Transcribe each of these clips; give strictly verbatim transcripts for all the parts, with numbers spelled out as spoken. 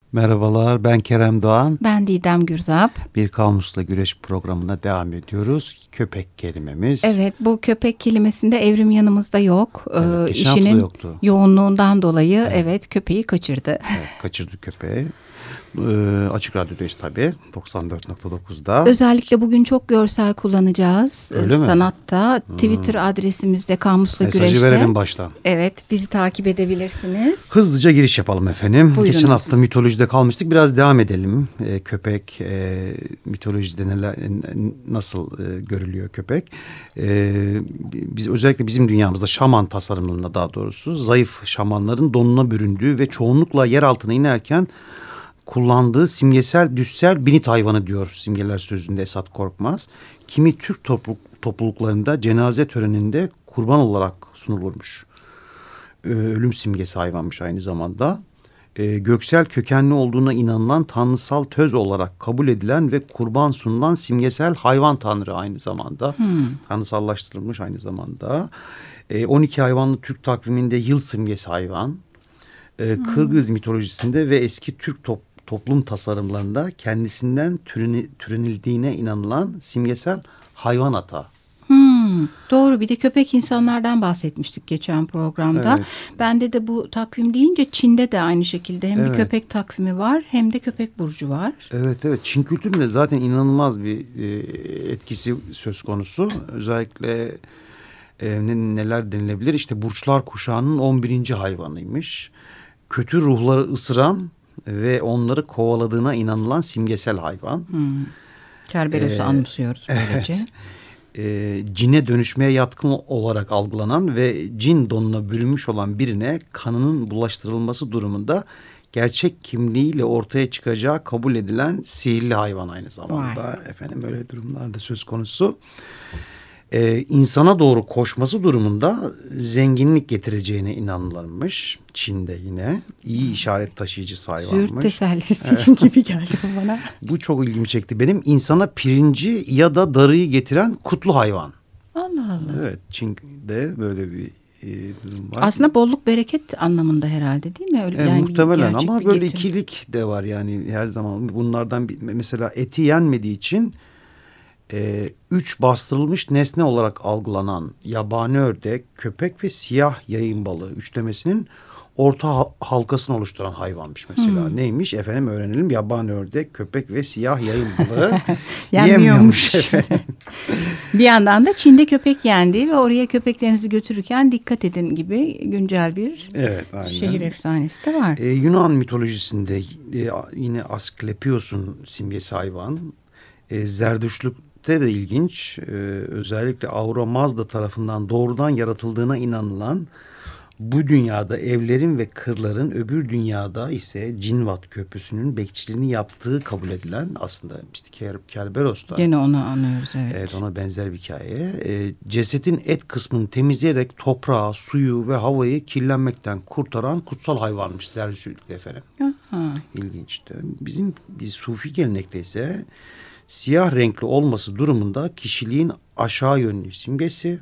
Merhabalar, ben Kerem Doğan. Ben Didem Gürzap. Bir Kamusla Güreş programına devam ediyoruz. Köpek kelimemiz. Evet, bu köpek kelimesinde Evrim yanımızda yok. Evet, ee, geçen hafta işinin yoktu. yoğunluğundan dolayı evet, Evet. köpeği kaçırdı. Evet, kaçırdı köpeği. Ee, açık Radyo'dayız tabii, doksan dört nokta dokuzda. Özellikle bugün çok görsel kullanacağız. Öyle mi? Sanatta, hmm. Twitter adresimizde Kamusla Mesajı Güreş'te. Mesajı verelim baştan. Evet, bizi takip edebilirsiniz. Hızlıca giriş yapalım efendim. Buyurunuz. Geçen hafta mitolojide kalmıştık. Biraz devam edelim. Ee, köpek, e, mitolojide neler, nasıl e, görülüyor köpek? E, biz özellikle bizim dünyamızda şaman tasarımlarında, daha doğrusu zayıf şamanların donuna büründüğü ve çoğunlukla yer altına inerken kullandığı simgesel düssel binit hayvanı diyor simgeler sözünde Esat Korkmaz. Kimi Türk topluluk, topluluklarında cenaze töreninde kurban olarak sunulurmuş. Ee, ölüm simgesi hayvanmış aynı zamanda. Ee, göksel kökenli olduğuna inanılan tanrısal töz olarak kabul edilen ve kurban sunulan simgesel hayvan tanrı aynı zamanda. Hmm. Tanrısallaştırılmış aynı zamanda. Ee, on iki hayvanlı Türk takviminde yıl simgesi hayvan. Ee, hmm. Kırgız mitolojisinde ve eski Türk topluluklarında toplum tasarımlarında kendisinden türeni, türenildiğine inanılan simgesel hayvan ata. Hmm, doğru, bir de köpek insanlardan bahsetmiştik geçen programda. Evet. Bende de bu takvim deyince Çin'de de aynı şekilde hem evet. bir köpek takvimi var hem de köpek burcu var. Evet evet, Çin kültüründe zaten inanılmaz bir e, etkisi söz konusu. Özellikle e, neler denilebilir? İşte burçlar kuşağının on birinci hayvanıymış. Kötü ruhları ısıran ve onları kovaladığına inanılan simgesel hayvan. Hmm. Kerberos'u ee, anımsıyoruz böylece. Evet. Ee, cine dönüşmeye yatkın olarak algılanan ve cin donuna bürünmüş olan birine kanının bulaştırılması durumunda gerçek kimliğiyle ortaya çıkacağı kabul edilen sihirli hayvan aynı zamanda. Vay. Efendim böyle durumlarda söz konusu. Ee, insana doğru koşması durumunda zenginlik getireceğine inanılırmış. Çin'de yine iyi işaret taşıyıcısı hayvanmış. Züğürt tesellisi gibi geldi bu bana. Bu çok ilgimi çekti benim. İnsana pirinci ya da darıyı getiren kutlu hayvan. Allah Allah. Evet, Çin'de böyle bir e, durum var. Aslında bolluk bereket anlamında herhalde, değil mi? Öyle, e, yani muhtemelen ama böyle getir. ikilik de var yani her zaman. Bunlardan bir, mesela eti yenmediği için Ee, üç bastırılmış nesne olarak algılanan yabani ördek, köpek ve siyah yayın balığı üçlemesinin orta halkasını oluşturan hayvanmış mesela. Hmm. Neymiş efendim, öğrenelim. Yabani ördek, köpek ve siyah yayın balığı yemiyormuş efendim. Bir yandan da Çin'de köpek yendi ve oraya köpeklerinizi götürürken dikkat edin gibi güncel bir evet, şehir efsanesi de var. Ee, Yunan mitolojisinde e, yine Asklepios'un simgesi hayvan. E, Zerdüştlük de ilginç. Ee, özellikle Ahura Mazda tarafından doğrudan yaratıldığına inanılan bu dünyada evlerin ve kırların, öbür dünyada ise Cinvat Köprüsü'nün bekçiliğini yaptığı kabul edilen, aslında işte Kerberos'ta. Gene onu anlıyoruz, evet. Evet, ona benzer bir hikaye. Ee, cesetin et kısmını temizleyerek toprağı, suyu ve havayı kirlenmekten kurtaran kutsal hayvanmış Zerdüştlük'te efendim. Aha. İlginçti. Bizim bir Sufi gelenekte ise siyah renkli olması durumunda kişiliğin aşağı yönlü simgesi.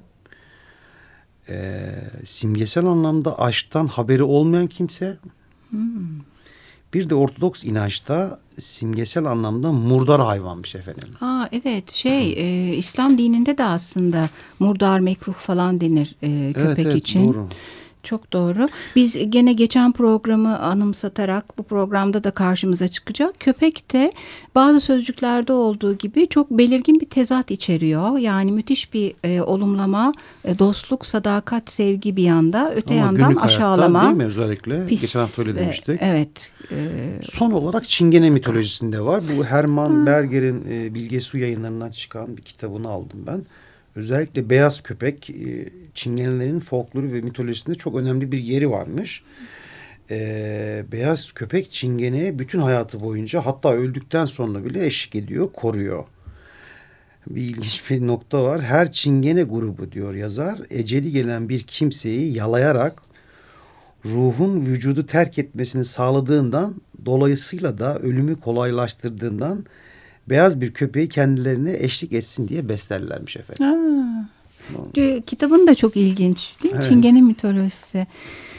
Ee, simgesel anlamda aşktan haberi olmayan kimse. Hmm. Bir de Ortodoks inançta simgesel anlamda murdar hayvanmış efendim. Aa, evet şey e, İslam dininde de aslında murdar, mekruh falan denir e, köpek evet, evet, için. Doğru. Çok doğru. Biz gene geçen programı anımsatarak bu programda da karşımıza çıkacak. Köpek de bazı sözcüklerde olduğu gibi çok belirgin bir tezat içeriyor. Yani müthiş bir e, olumlama, e, dostluk, sadakat, sevgi bir yanda. Öte Ama yandan aşağılama. Değil mi özellikle? Pis, geçen hafta öyle demiştik. E, evet. E, Son olarak Çingene mitolojisinde var. Bu Hermann hmm. Berger'in e, Bilge Su yayınlarından çıkan bir kitabını aldım ben. Özellikle beyaz köpek Çingenelerin folkloru ve mitolojisinde çok önemli bir yeri varmış. Ee, beyaz köpek Çingene'ye bütün hayatı boyunca, hatta öldükten sonra bile eşlik ediyor, koruyor. Bir ilginç bir nokta var. Her Çingene grubu diyor yazar, eceli gelen bir kimseyi yalayarak ruhun vücudu terk etmesini sağladığından, dolayısıyla da ölümü kolaylaştırdığından beyaz bir köpeği kendilerine eşlik etsin diye beslerlermiş efendim. Aa, kitabın da çok ilginç değil mi? Evet. Çingene mitolojisi.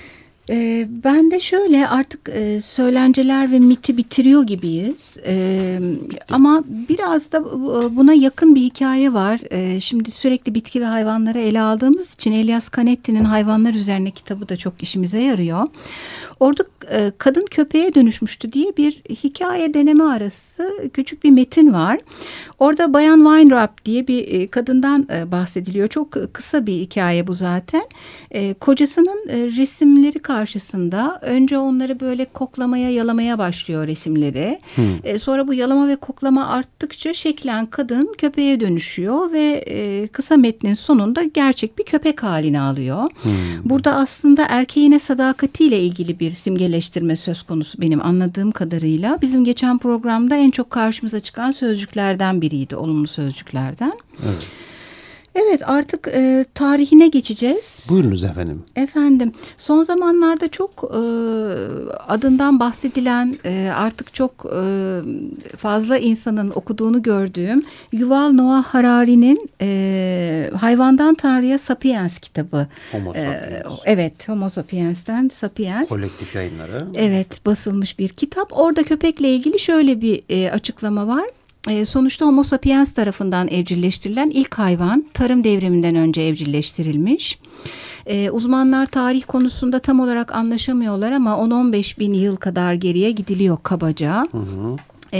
E, ben de şöyle artık e, söylenceler ve miti bitiriyor gibiyiz. E, ama biraz da buna yakın bir hikaye var. E, şimdi sürekli bitki ve hayvanları ele aldığımız için Elias Canetti'nin Hayvanlar Üzerine kitabı da çok işimize yarıyor. Orada e, kadın köpeğe dönüşmüştü diye bir hikaye deneme arası küçük bir metin var. Orada Bayan Weinrab diye bir e, kadından e, bahsediliyor. Çok kısa bir hikaye bu zaten. E, kocasının e, resimleri karşısında önce onları böyle koklamaya, yalamaya başlıyor resimleri. Hmm. E, sonra bu yalama ve koklama arttıkça şeklen kadın köpeğe dönüşüyor ve e, kısa metnin sonunda gerçek bir köpek halini alıyor. Hmm. Burada aslında erkeğine sadakatiyle ilgili bir simgeleştirme söz konusu benim anladığım kadarıyla. Bizim geçen programda en çok karşımıza çıkan sözcüklerden biriydi, olumlu sözcüklerden. Evet. Evet, artık e, tarihine geçeceğiz. Buyurunuz efendim. Efendim, son zamanlarda çok e, adından bahsedilen e, artık çok e, fazla insanın okuduğunu gördüğüm Yuval Noah Harari'nin e, Hayvandan Tanrı'ya Sapiens kitabı. Homo Sapiens. E, evet, Homo Sapiens'ten Sapiens. Kolektif yayınları. Evet, basılmış bir kitap. Orada köpekle ilgili şöyle bir e, açıklama var. E, sonuçta Homo sapiens tarafından evcilleştirilen ilk hayvan tarım devriminden önce evcilleştirilmiş. E, uzmanlar tarih konusunda tam olarak anlaşamıyorlar ama on on beş bin yıl kadar geriye gidiliyor kabaca. Hı hı.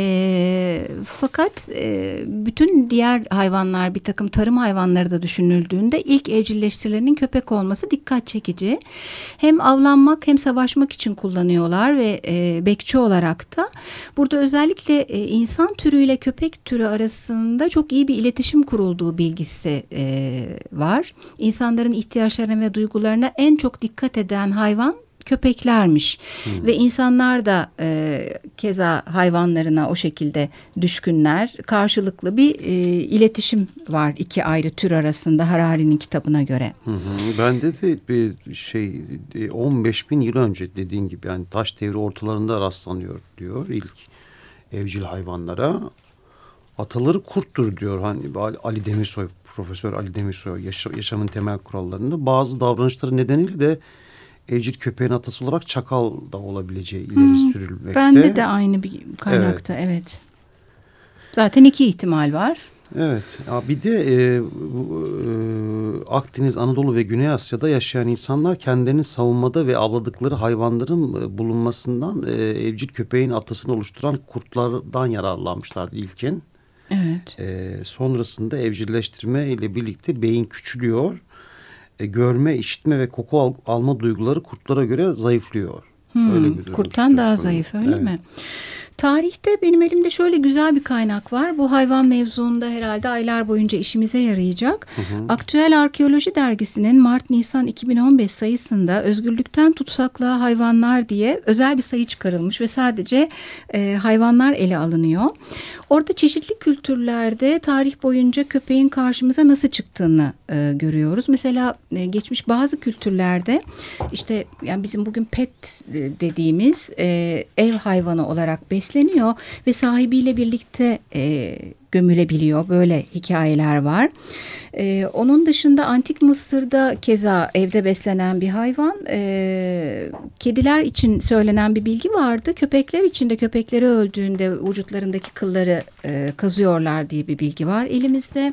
E, fakat e, bütün diğer hayvanlar, bir takım tarım hayvanları da düşünüldüğünde ilk evcilleştirilenin köpek olması dikkat çekici. Hem avlanmak hem savaşmak için kullanıyorlar ve e, bekçi olarak da. Burada özellikle e, insan türüyle köpek türü arasında çok iyi bir iletişim kurulduğu bilgisi e, var. İnsanların ihtiyaçlarına ve duygularına en çok dikkat eden hayvan köpeklermiş. Hmm. Ve insanlar da e, keza hayvanlarına o şekilde düşkünler. Karşılıklı bir e, iletişim var iki ayrı tür arasında Harari'nin kitabına göre. Hı hı. Bende de bir şey on beş bin yıl önce dediğin gibi yani taş devri ortalarında rastlanıyor diyor ilk evcil hayvanlara. Ataları kurttur diyor. Hani Ali Demirsoy, Profesör Ali Demirsoy yaşam, yaşamın temel kurallarında bazı davranışları nedeniyle de evcil köpeğin atası olarak çakal da olabileceği ileri hmm, sürülmekte. Bende de aynı bir kaynakta, evet. evet. Zaten iki ihtimal var. Evet. Bir de e, bu, e, Akdeniz, Anadolu ve Güney Asya'da yaşayan insanlar kendilerini savunmada ve avladıkları hayvanların bulunmasından e, evcil köpeğin atasını oluşturan kurtlardan yararlanmışlardı ilkin. Evet. E, sonrasında evcilleştirme ile birlikte beyin küçülüyor. E, görme, işitme ve koku al, alma duyguları kurtlara göre zayıflıyor. Hmm, öyle bir durum. Kurttan daha zayıf, öyle evet. mi? Tarihte benim elimde şöyle güzel bir kaynak var. Bu hayvan mevzuunda herhalde aylar boyunca işimize yarayacak. Hı hı. Aktüel Arkeoloji Dergisi'nin Mart-Nisan iki bin on beş sayısında özgürlükten tutsaklığa hayvanlar diye özel bir sayı çıkarılmış ve sadece e, hayvanlar ele alınıyor. Orada çeşitli kültürlerde tarih boyunca köpeğin karşımıza nasıl çıktığını e, görüyoruz. Mesela e, geçmiş bazı kültürlerde işte yani bizim bugün pet dediğimiz e, ev hayvanı olarak besleniyor ve sahibiyle birlikte e, gömülebiliyor. Böyle hikayeler var. Ee, onun dışında Antik Mısır'da keza evde beslenen bir hayvan. Ee, kediler için söylenen bir bilgi vardı. Köpekler için de köpekleri öldüğünde vücutlarındaki kılları e, kazıyorlar diye bir bilgi var elimizde.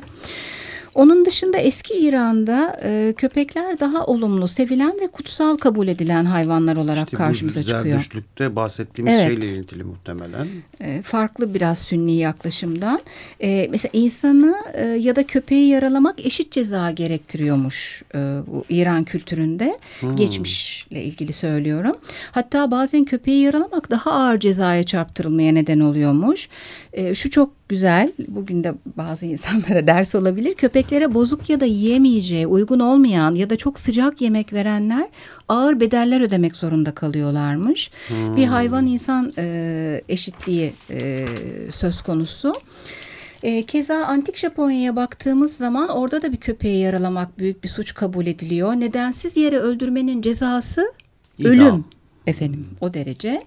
Onun dışında eski İran'da e, köpekler daha olumlu, sevilen ve kutsal kabul edilen hayvanlar olarak işte karşımıza çıkıyor. İşte bu Zerdüştlükte bahsettiğimiz evet. şeyle ilintili muhtemelen. E, farklı biraz sünni yaklaşımdan. E, mesela insanı e, ya da köpeği yaralamak eşit ceza gerektiriyormuş e, bu İran kültüründe. Hmm. Geçmişle ilgili söylüyorum. Hatta bazen köpeği yaralamak daha ağır cezaya çarptırılmaya neden oluyormuş. E, şu çok güzel, bugün de bazı insanlara ders olabilir. Köpeklere bozuk ya da yiyemeyeceği, uygun olmayan ya da çok sıcak yemek verenler ağır bedeller ödemek zorunda kalıyorlarmış. Hmm. Bir hayvan insan e, eşitliği e, söz konusu. E, keza antik Japonya'ya baktığımız zaman orada da bir köpeği yaralamak büyük bir suç kabul ediliyor. Nedensiz yere öldürmenin cezası İdam. Ölüm. Efendim o derece.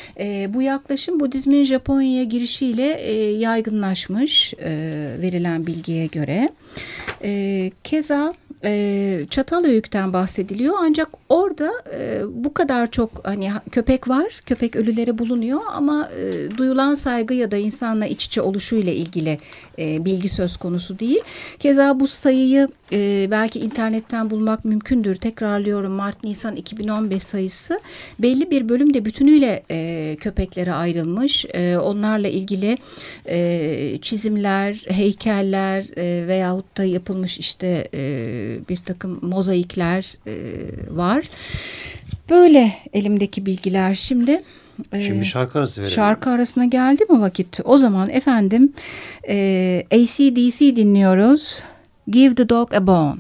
E, bu yaklaşım Budizmin Japonya'ya girişiyle e, yaygınlaşmış e, verilen bilgiye göre. E, keza e, Çatalhöyük'ten bahsediliyor. Ancak orada e, bu kadar çok hani köpek var, köpek ölüleri bulunuyor ama e, duyulan saygı ya da insanla iç içe oluşuyla ilgili e, bilgi söz konusu değil. Keza bu sayıyı e, belki internetten bulmak mümkündür. Tekrarlıyorum, Mart-Nisan iki bin on beş sayısı. Belli bir bölümde bütünüyle e, köpeklere ayrılmış. E, onlarla ilgili e, çizimler, heykeller e, veyahut da yapılmış işte e, bir takım mozaikler e, var. Böyle elimdeki bilgiler şimdi. Şimdi şarkı arası verelim. Şarkı arasına geldi mi vakit? O zaman efendim e, A C D C dinliyoruz. Give the Dog a Bone.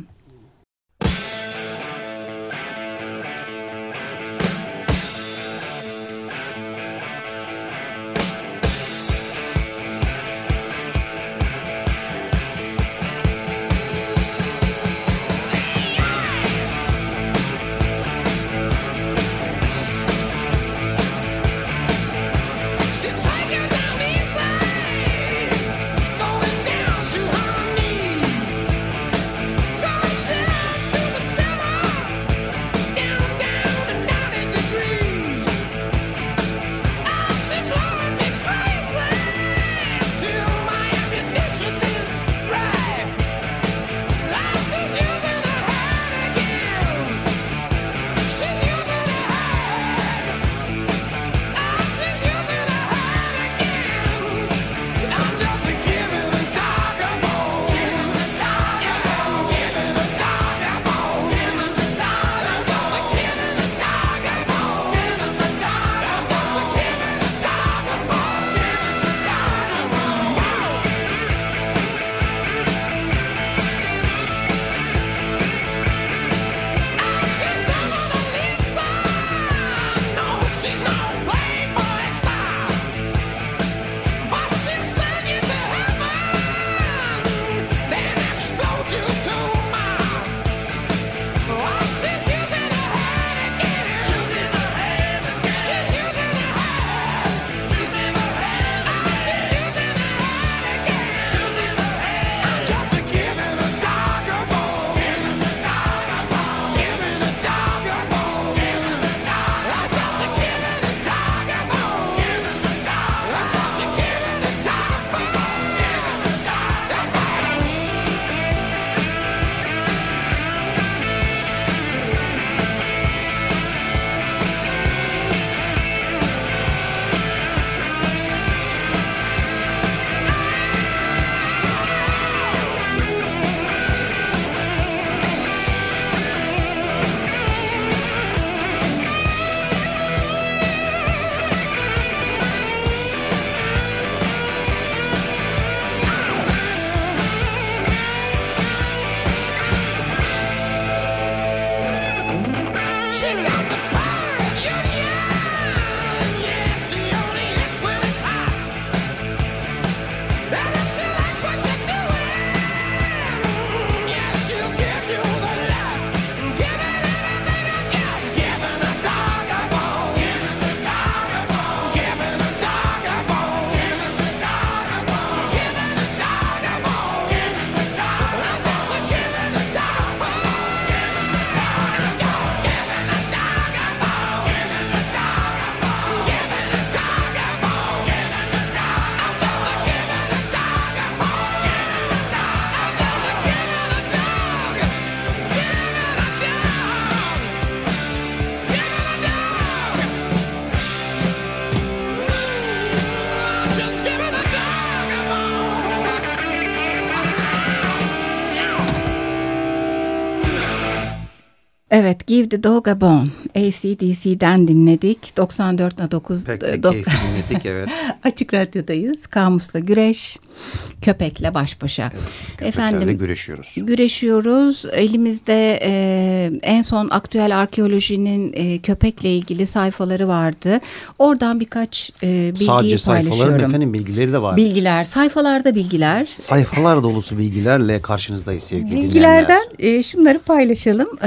Evet, Give the Dog a Bone, A C D C'den dinledik. doksan dört nokta dokuz Pek de do- keyifli dinledik, evet. Açık Radyo'dayız. Kamusla güreş, köpekle baş başa. Evet, köpeklerle Efendim, güreşiyoruz. Güreşiyoruz. Elimizde e, en son aktüel arkeolojinin e, köpekle ilgili sayfaları vardı. Oradan birkaç e, bilgiyi Sadece paylaşıyorum. sayfaların efendim bilgileri de var. Bilgiler, sayfalarda bilgiler. Sayfalar dolusu bilgilerle karşınızdayız sevgili Bilgilerden dinleyenler. e, şunları paylaşalım. E, Avrupa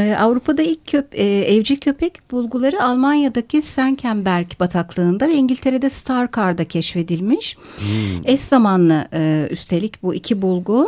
Avrupa'da ilk köp e, evcil köpek bulguları Almanya'daki Senckenberg bataklığında ve İngiltere'de Starkar'da keşfedilmiş. Hmm. Eş zamanlı e, üstelik bu iki bulgu.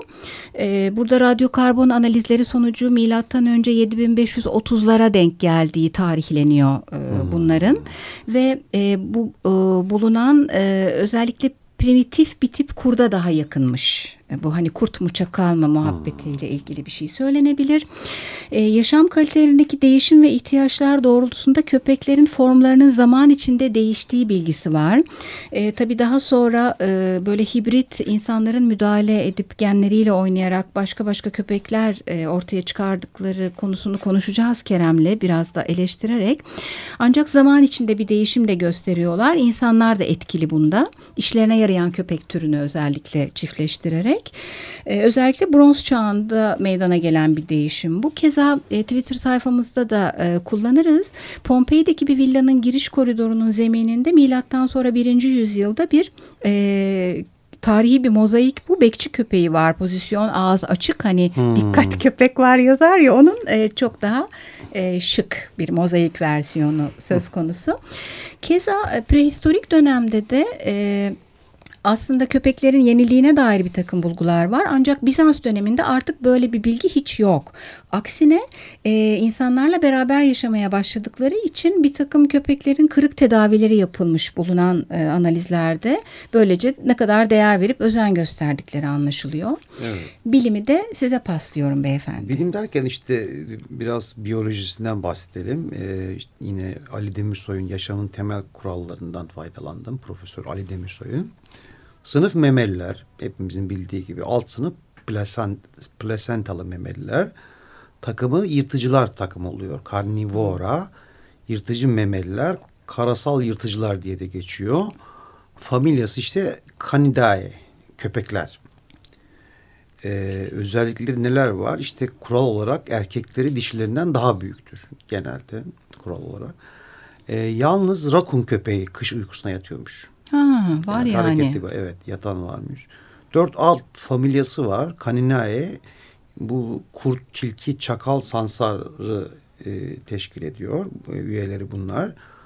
E, burada radyokarbon analizleri sonucu milattan önce yedi bin beş yüz otuzlara denk geldiği tarihleniyor e, hmm. bunların. Ve e, bu e, bulunan e, özellikle primitif bir tip kurda daha yakınmış. Bu hani kurt mu çakal mı muhabbetiyle ilgili bir şey söylenebilir. Ee, yaşam kalitelerindeki değişim ve ihtiyaçlar doğrultusunda köpeklerin formlarının zaman içinde değiştiği bilgisi var. Ee, tabii daha sonra e, böyle hibrit insanların müdahale edip genleriyle oynayarak başka başka köpekler e, ortaya çıkardıkları konusunu konuşacağız Kerem'le biraz da eleştirerek. Ancak zaman içinde bir değişim de gösteriyorlar. İnsanlar da etkili bunda. İşlerine yarayan köpek türünü özellikle çiftleştirerek. Ee, özellikle bronz çağında meydana gelen bir değişim. Bu keza e, Twitter sayfamızda da e, kullanırız. Pompei'deki bir villanın giriş koridorunun zemininde milattan sonra birinci yüzyılda bir e, tarihi bir mozaik bu. Bekçi köpeği var. Pozisyon ağız açık hani hmm. dikkat köpek var yazar ya onun e, çok daha e, şık bir mozaik versiyonu söz konusu. Keza e, prehistorik dönemde de e, aslında köpeklerin yeniliğine dair bir takım bulgular var. Ancak Bizans döneminde artık böyle bir bilgi hiç yok. Aksine e, insanlarla beraber yaşamaya başladıkları için bir takım köpeklerin kırık tedavileri yapılmış bulunan e, analizlerde. Böylece ne kadar değer verip özen gösterdikleri anlaşılıyor. Evet. Bilimi de size paslıyorum beyefendi. Bilim derken işte biraz biyolojisinden bahsedelim. Ee, işte yine Ali Demirsoy'un yaşamın temel kurallarından faydalandım. Profesör Ali Demirsoy'un. Sınıf memeliler, hepimizin bildiği gibi alt sınıf plasent, plasentalı memeliler. Takımı yırtıcılar takımı oluyor. Karnivora, yırtıcı memeliler, karasal yırtıcılar diye de geçiyor. Familyası işte Canidae, köpekler. Ee, özellikleri neler var? İşte kural olarak erkekleri dişilerinden daha büyüktür genelde kural olarak. Ee, yalnız rakun köpeği kış uykusuna yatıyormuş. Ha, var yani. Hareketli, evet, yatan varmış. Dört alt familyası var. Caninae bu kurt, tilki, çakal, sansarı e, teşkil ediyor. Üyeleri bunlar.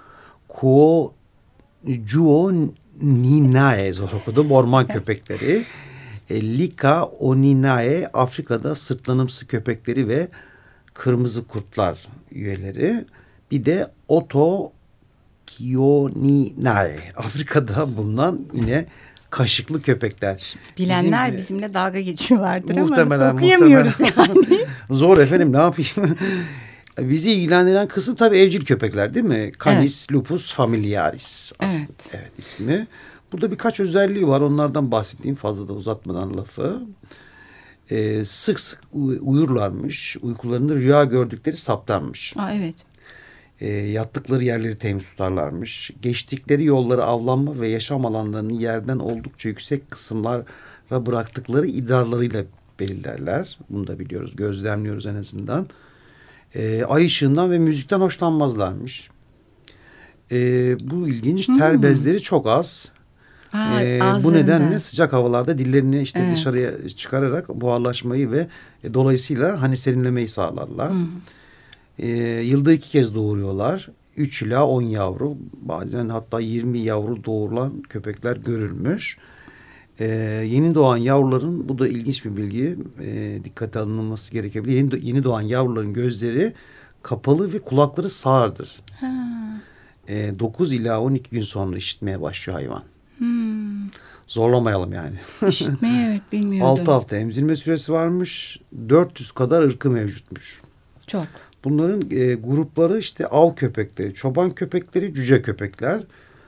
Kuo-Juo-Ninae zor okudum. Orman köpekleri. E, Lika-Oninae Afrika'da sırtlanımsı köpekleri ve kırmızı kurtlar üyeleri. Bir de Oto Kioninae Afrika'da bulunan yine kaşıklı köpekler. Bilenler Bizim, bizimle dalga geçiyorlardır muhtemelen, ama okuyamıyoruz muhtemelen. Yani. Zor efendim, ne yapayım? Bizi ilgilendiren kısım tabii evcil köpekler değil mi? Canis evet. lupus familiaris aslında. Evet. Evet, ismi. Burada birkaç özelliği var, onlardan bahsedeyim fazla da uzatmadan lafı. Ee, sık sık uyurlarmış. Uykularında rüya gördükleri saptanmış. Aa, evet. E, yattıkları yerleri temiz tutarlarmış. Geçtikleri yolları avlanma ve yaşam alanlarını yerden oldukça yüksek kısımlara bıraktıkları idrarlarıyla belirlerler. Bunu da biliyoruz, gözlemliyoruz en azından. E, ay ışığından ve müzikten hoşlanmazlarmış. E, bu ilginç. Hmm. Ter bezleri çok az. Aa, e, bu nedenle sıcak havalarda dillerini işte evet. dışarıya çıkararak buharlaşmayı ve e, dolayısıyla hani serinlemeyi sağlarlar. Hmm. E, yılda iki kez doğuruyorlar. üç ila on yavru, bazen hatta yirmi yavru doğurulan köpekler görülmüş. E, yeni doğan yavruların, bu da ilginç bir bilgi, e, dikkate alınması gerekebilir. Yeni, yeni doğan yavruların gözleri kapalı ve kulakları sağırdır. E, dokuz ila on iki gün sonra işitmeye başlıyor hayvan. Hmm. Zorlamayalım yani. İşitmeyi evet bilmiyordum. altı hafta emzirme süresi varmış. dört yüz kadar ırkı mevcutmuş. Çok. Bunların e, grupları işte av köpekleri, çoban köpekleri, cüce köpekler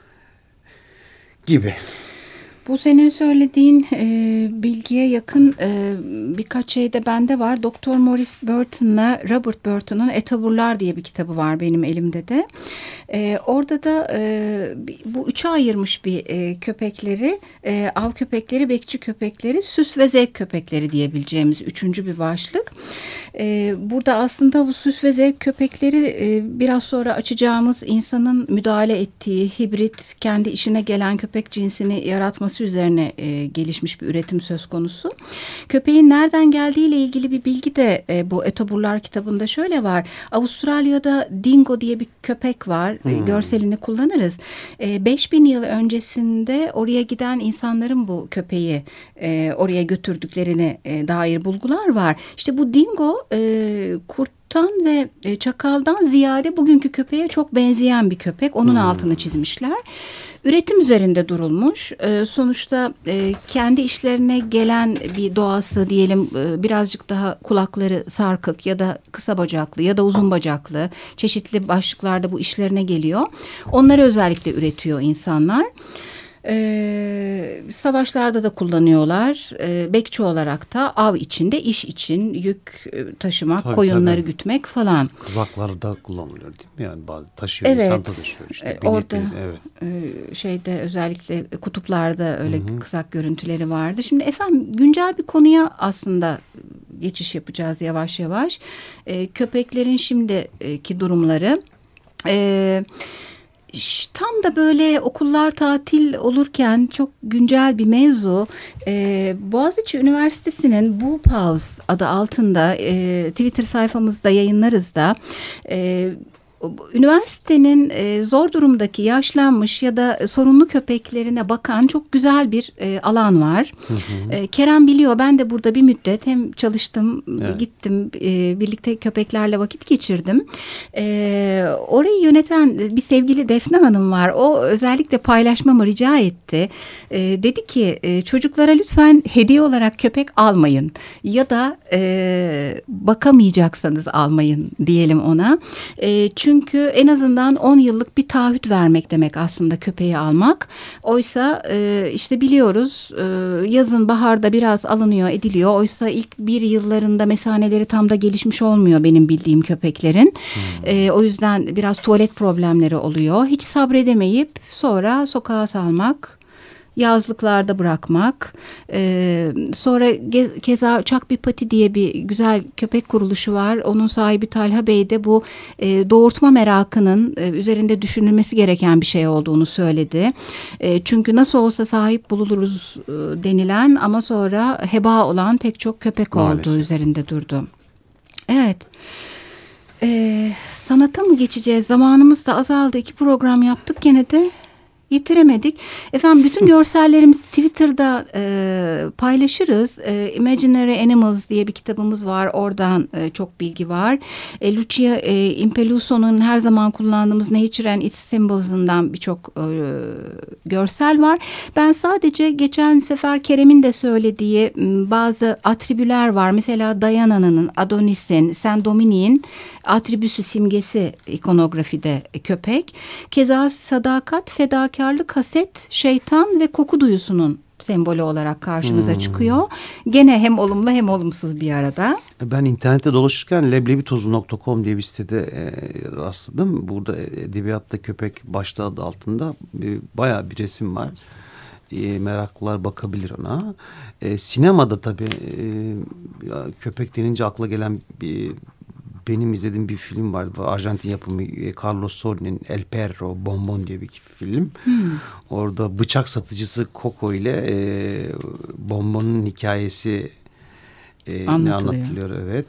gibi. Bu senin söylediğin e, bilgiye yakın e, birkaç şey de bende var. Doktor Maurice Burton'la Robert Burton'un Etaburlar diye bir kitabı var benim elimde de. E, orada da e, bu üçe ayırmış bir e, köpekleri, e, av köpekleri, bekçi köpekleri, süs ve zevk köpekleri diyebileceğimiz üçüncü bir başlık. E, burada aslında bu süs ve zevk köpekleri e, biraz sonra açacağımız insanın müdahale ettiği hibrit, kendi işine gelen köpek cinsini yaratması olması üzerine e, gelişmiş bir üretim söz konusu. Köpeğin nereden geldiğiyle ilgili bir bilgi de e, bu Etoburlar kitabında şöyle var. Avustralya'da dingo diye bir köpek var. Hmm. E, görselini kullanırız. E, beş bin yıl öncesinde oraya giden insanların bu köpeği e, oraya götürdüklerine e, dair bulgular var. İşte bu dingo e, kurt ve çakaldan ziyade bugünkü köpeğe çok benzeyen bir köpek. Onun hmm. altını çizmişler. Üretim üzerinde durulmuş. Ee, sonuçta e, kendi işlerine gelen bir doğası diyelim e, birazcık daha kulakları sarkık ya da kısa bacaklı ya da uzun bacaklı çeşitli başlıklarda bu işlerine geliyor. Onları özellikle üretiyor insanlar. Ee, savaşlarda da kullanıyorlar. Ee, bekçi olarak da av içinde, iş için yük taşımak, tabii, koyunları tabii. gütmek falan. Kızaklarda kullanılıyor değil mi? Yani bazı taşıyor, evet. insan taşıyor. İşte ee, orada binip, evet. e, şeyde özellikle kutuplarda öyle Hı-hı. kızak görüntüleri vardı. Şimdi efendim güncel bir konuya aslında geçiş yapacağız yavaş yavaş. Ee, köpeklerin şimdiki durumları. Evet. Tam da böyle okullar tatil olurken çok güncel bir mevzu. Ee, Boğaziçi Üniversitesi'nin Bu Pause adı altında e, Twitter sayfamızda yayınlarız da e, üniversitenin e, zor durumdaki yaşlanmış ya da sorunlu köpeklerine bakan çok güzel bir e, alan var. Hı hı. E, Kerem biliyor, ben de burada bir müddet hem çalıştım, evet. gittim, e, birlikte köpeklerle vakit geçirdim. E, orayı yöneten bir sevgili Defne Hanım var. O özellikle paylaşmamı rica etti. E, dedi ki e, çocuklara lütfen hediye olarak köpek almayın ya da e, bakamayacaksanız almayın diyelim ona. E, çünkü Çünkü en azından on yıllık bir taahhüt vermek demek aslında köpeği almak. Oysa e, işte biliyoruz e, yazın baharda biraz alınıyor ediliyor. Oysa ilk bir yıllarında mesaneleri tam da gelişmiş olmuyor benim bildiğim köpeklerin. Hmm. E, o yüzden biraz tuvalet problemleri oluyor. Hiç sabredemeyip sonra sokağa salmak. Yazlıklarda bırakmak. Ee, sonra ge- keza Çak Bir Pati diye bir güzel köpek kuruluşu var. Onun sahibi Talha Bey de bu e, doğurtma merakının e, üzerinde düşünülmesi gereken bir şey olduğunu söyledi. E, çünkü nasıl olsa sahip buluruz e, denilen ama sonra heba olan pek çok köpek Maalesef. olduğu üzerinde durdu. Evet. E, sanata mı geçeceğiz? Zamanımız da azaldı. İki program yaptık gene de. Yitiremedik. Efendim bütün görsellerimizi Twitter'da e, paylaşırız. E, Imaginary Animals diye bir kitabımız var. Oradan e, çok bilgi var. E, Lucia e, Impeluso'nun her zaman kullandığımız Nature and Its Symbols'ından birçok e, görsel var. Ben sadece geçen sefer Kerem'in de söylediği bazı atribüler var. Mesela Diana'nın, Adonis'in, Saint Dominic'in atribüsü, simgesi ikonografide köpek. Keza sadakat, fedakarlık, haset, şeytan ve koku duyusunun sembolü olarak karşımıza hmm. çıkıyor. Gene hem olumlu hem olumsuz bir arada. Ben internette dolaşırken leblebitozu nokta com diye bir sitede e, rastladım. Burada edebiyatta köpek başlığı adı altında e, bayağı bir resim var. E, meraklılar bakabilir ona. E, sinemada tabii e, ya, köpek denince akla gelen bir... Benim izlediğim bir film vardı. Arjantin yapımı Carlos Saúl'nin El Perro Bonbon diye bir film. Hmm. Orada bıçak satıcısı Coco ile e, Bonbon'un hikayesi e, anlatılıyor. Evet.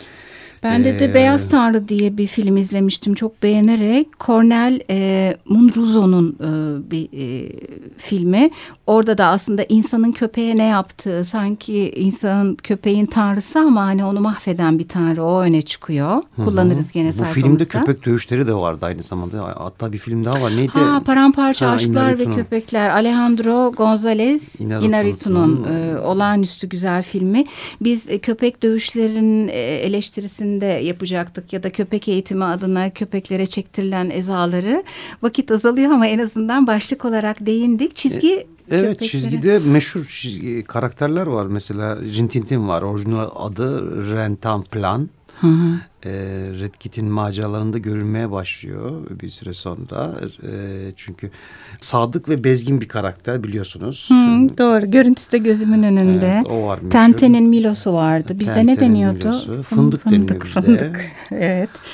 Ben de, ee, de Beyaz Tanrı diye bir film izlemiştim çok beğenerek. Cornel e, Mundruzo'nun e, bir e, filmi. Orada da aslında insanın köpeğe ne yaptığı, sanki insanın köpeğin tanrısı ama hani onu mahveden bir tanrı, o öne çıkıyor. Hı-hı. Kullanırız gene sayfamızda. Bu filmde köpek dövüşleri de vardı aynı zamanda. Hatta bir film daha var. Neydi? Ha, Paramparça ha, Aşklar ve Köpekler. Alejandro González Inarritu'nun e, olağanüstü güzel filmi. Biz e, köpek dövüşlerinin e, eleştirisini de yapacaktık ya da köpek eğitimi adına köpeklere çektirilen ezaları. Vakit azalıyor ama en azından başlık olarak değindik. Çizgi e, Evet köpeklere. Çizgide meşhur çizgi, karakterler var. Mesela Rin Tin Tin var. Orijinal adı Rentanplan. Hı hı. E, Red Kit'in maceralarında görülmeye başlıyor bir süre sonra. E, çünkü sadık ve bezgin bir karakter biliyorsunuz. Hı, doğru. Görüntüsü de gözümün önünde. Evet, o var. Tenten'in Milo'su vardı. Bizde Tenten'in ne deniyordu? Milo'su. Fındık, fındık deniyor bizde. Fındık. Evet.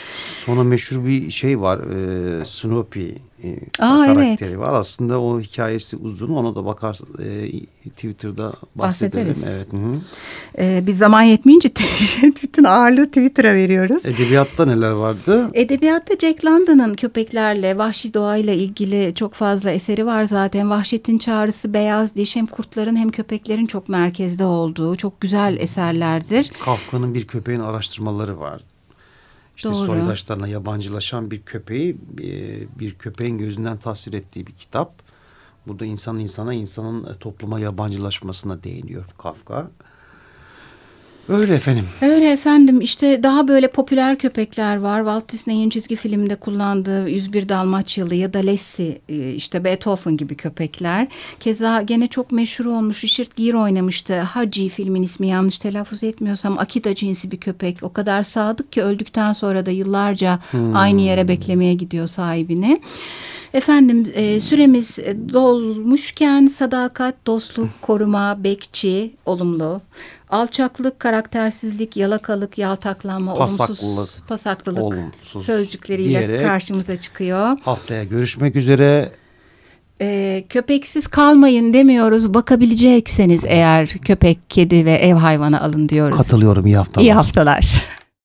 Sonra meşhur bir şey var. E, Snoopy e, Aa, karakteri evet. var. Aslında o hikayesi uzun. Ona da bakar e, Twitter'da bahsedelim. Bahsederiz. Evet. Hı -hı. Ee, biz zaman yetmeyince bütün ağırlığı Twitter'a veriyoruz. Edebiyatta neler vardı? Edebiyatta Jack London'ın köpeklerle, vahşi doğayla ilgili çok fazla eseri var zaten. Vahşetin Çağrısı, Beyaz Diş hem kurtların hem köpeklerin çok merkezde olduğu çok güzel eserlerdir. Kafka'nın Bir Köpeğin Araştırmaları var. İşte Doğru. soydaşlarına yabancılaşan bir köpeği bir köpeğin gözünden tasvir ettiği bir kitap. Burada insanın insana, insanın topluma yabancılaşmasına değiniyor Kafka. Öyle efendim. Öyle efendim. İşte daha böyle popüler köpekler var. Walt Disney'in çizgi filmde kullandığı yüz bir Dalmaçyalı ya da Lassie, işte Beethoven gibi köpekler. Keza gene çok meşhur olmuş. Richard Gere oynamıştı. Haji filmin ismi, yanlış telaffuz etmiyorsam, Akita cinsi bir köpek. O kadar sadık ki öldükten sonra da yıllarca hmm. aynı yere beklemeye gidiyor sahibini. Efendim e, süremiz dolmuşken sadakat, dostluk, koruma, bekçi, olumlu. Alçaklık, karaktersizlik, yalakalık, yaltaklanma, pasaklılık, olumsuz, pasaklılık olumsuz sözcükleriyle diyerek karşımıza çıkıyor. Haftaya görüşmek üzere. Ee, köpeksiz kalmayın demiyoruz. Bakabilecekseniz eğer köpek, kedi ve ev hayvanı alın diyoruz. Katılıyorum. İyi haftalar. İyi haftalar.